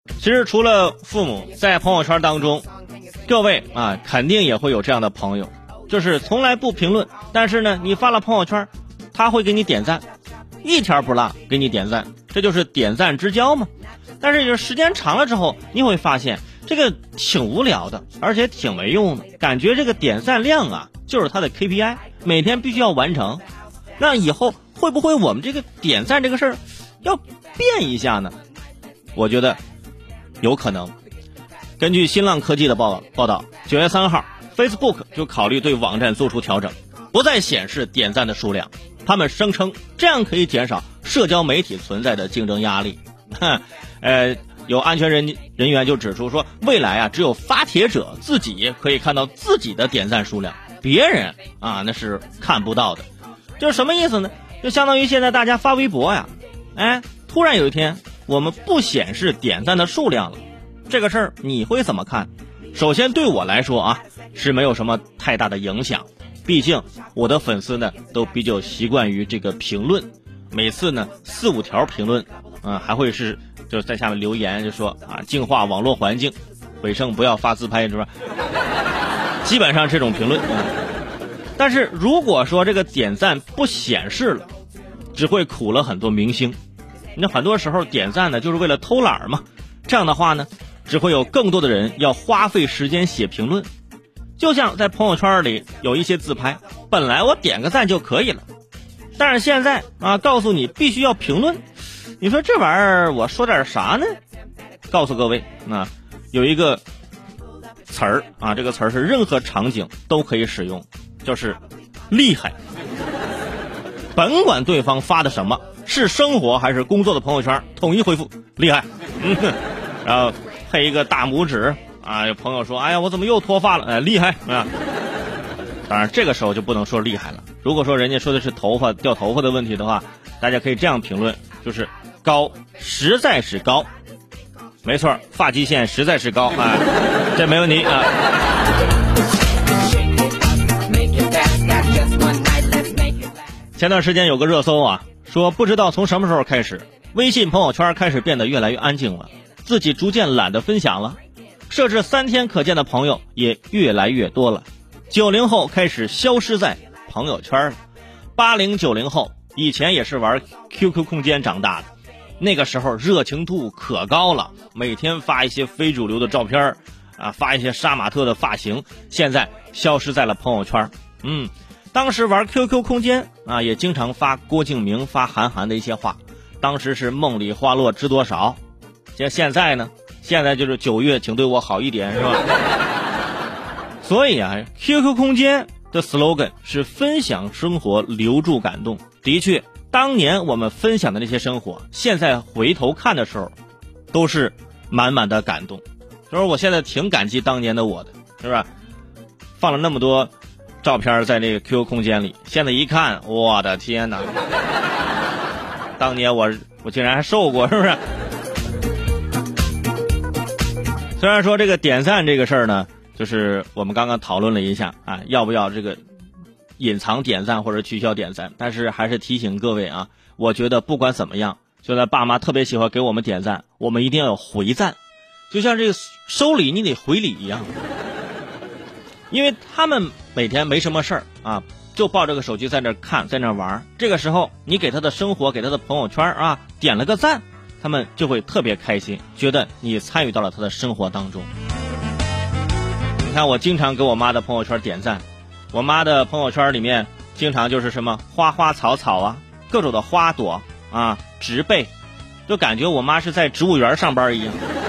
其实除了父母，在朋友圈当中，各位啊，肯定也会有这样的朋友，就是从来不评论，但是呢，你发了朋友圈，他会给你点赞，一条不落给你点赞，这就是点赞之交嘛。但是时间长了之后，你会发现这个挺无聊的，而且挺没用的，感觉这个点赞量啊，就是他的 KPI， 每天必须要完成。那以后会不会我们这个点赞这个事儿要变一下呢？我觉得有可能。根据新浪科技的报道，9月3号 Facebook 就考虑对网站做出调整，不再显示点赞的数量。他们声称这样可以减少社交媒体存在的竞争压力。有安全人员就指出说，未来啊，只有发帖者自己可以看到自己的点赞数量，别人啊那是看不到的。就是什么意思呢？就相当于现在大家发微博呀，突然有一天我们不显示点赞的数量了，这个事儿你会怎么看？首先对我来说啊，是没有什么太大的影响，毕竟我的粉丝呢都比较习惯于这个评论，每次呢4、5条评论，还会是就在下面留言，就说啊，净化网络环境，尾声不要发自拍，是吧？基本上这种评论。但是如果说这个点赞不显示了，只会苦了很多明星。那很多时候点赞呢就是为了偷懒嘛，这样的话呢，只会有更多的人要花费时间写评论。就像在朋友圈里有一些自拍，本来我点个赞就可以了，但是现在啊，告诉你必须要评论，你说这玩意儿我说点啥呢？告诉各位啊，有一个词儿啊，这个词儿是任何场景都可以使用，就是厉害。甭管对方发的什么，是生活还是工作的朋友圈，统一回复厉害。然后配一个大拇指啊，有朋友说，哎呀，我怎么又脱发了？厉害啊！当然这个时候就不能说厉害了。如果说人家说的是掉头发的问题的话，大家可以这样评论，就是高，实在是高。没错，发际线实在是高啊，这没问题啊。前段时间有个热搜啊，说不知道从什么时候开始，微信朋友圈开始变得越来越安静了，自己逐渐懒得分享了，设置3天可见的朋友也越来越多了。90后开始消失在朋友圈了，80、90后以前也是玩 QQ 空间长大的，那个时候热情度可高了，每天发一些非主流的照片啊，发一些杀马特的发型，现在消失在了朋友圈。当时玩 QQ 空间啊，也经常发郭敬明、发韩寒的一些话，当时是梦里花落知多少。现在呢？现在就是9月请对我好一点，是吧？所以啊 QQ 空间的 slogan 是分享生活，留住感动。的确，当年我们分享的那些生活，现在回头看的时候都是满满的感动。所以我现在挺感激当年的我的，是吧？放了那么多照片在那个 QQ 空间里，现在一看，我的天哪！当年我竟然还瘦过，是不是？虽然说这个点赞这个事儿呢，就是我们刚刚讨论了一下啊，要不要这个隐藏点赞或者取消点赞，但是还是提醒各位啊，我觉得不管怎么样，就在爸妈特别喜欢给我们点赞，我们一定要有回赞，就像这个收礼你得回礼一样。因为他们每天没什么事儿啊，就抱着个手机在那看，在那玩，这个时候你给他的生活，给他的朋友圈啊点了个赞，他们就会特别开心，觉得你参与到了他的生活当中。你看我经常给我妈的朋友圈点赞，我妈的朋友圈里面经常就是什么花花草草啊，各种的花朵啊，植被，就感觉我妈是在植物园上班一样。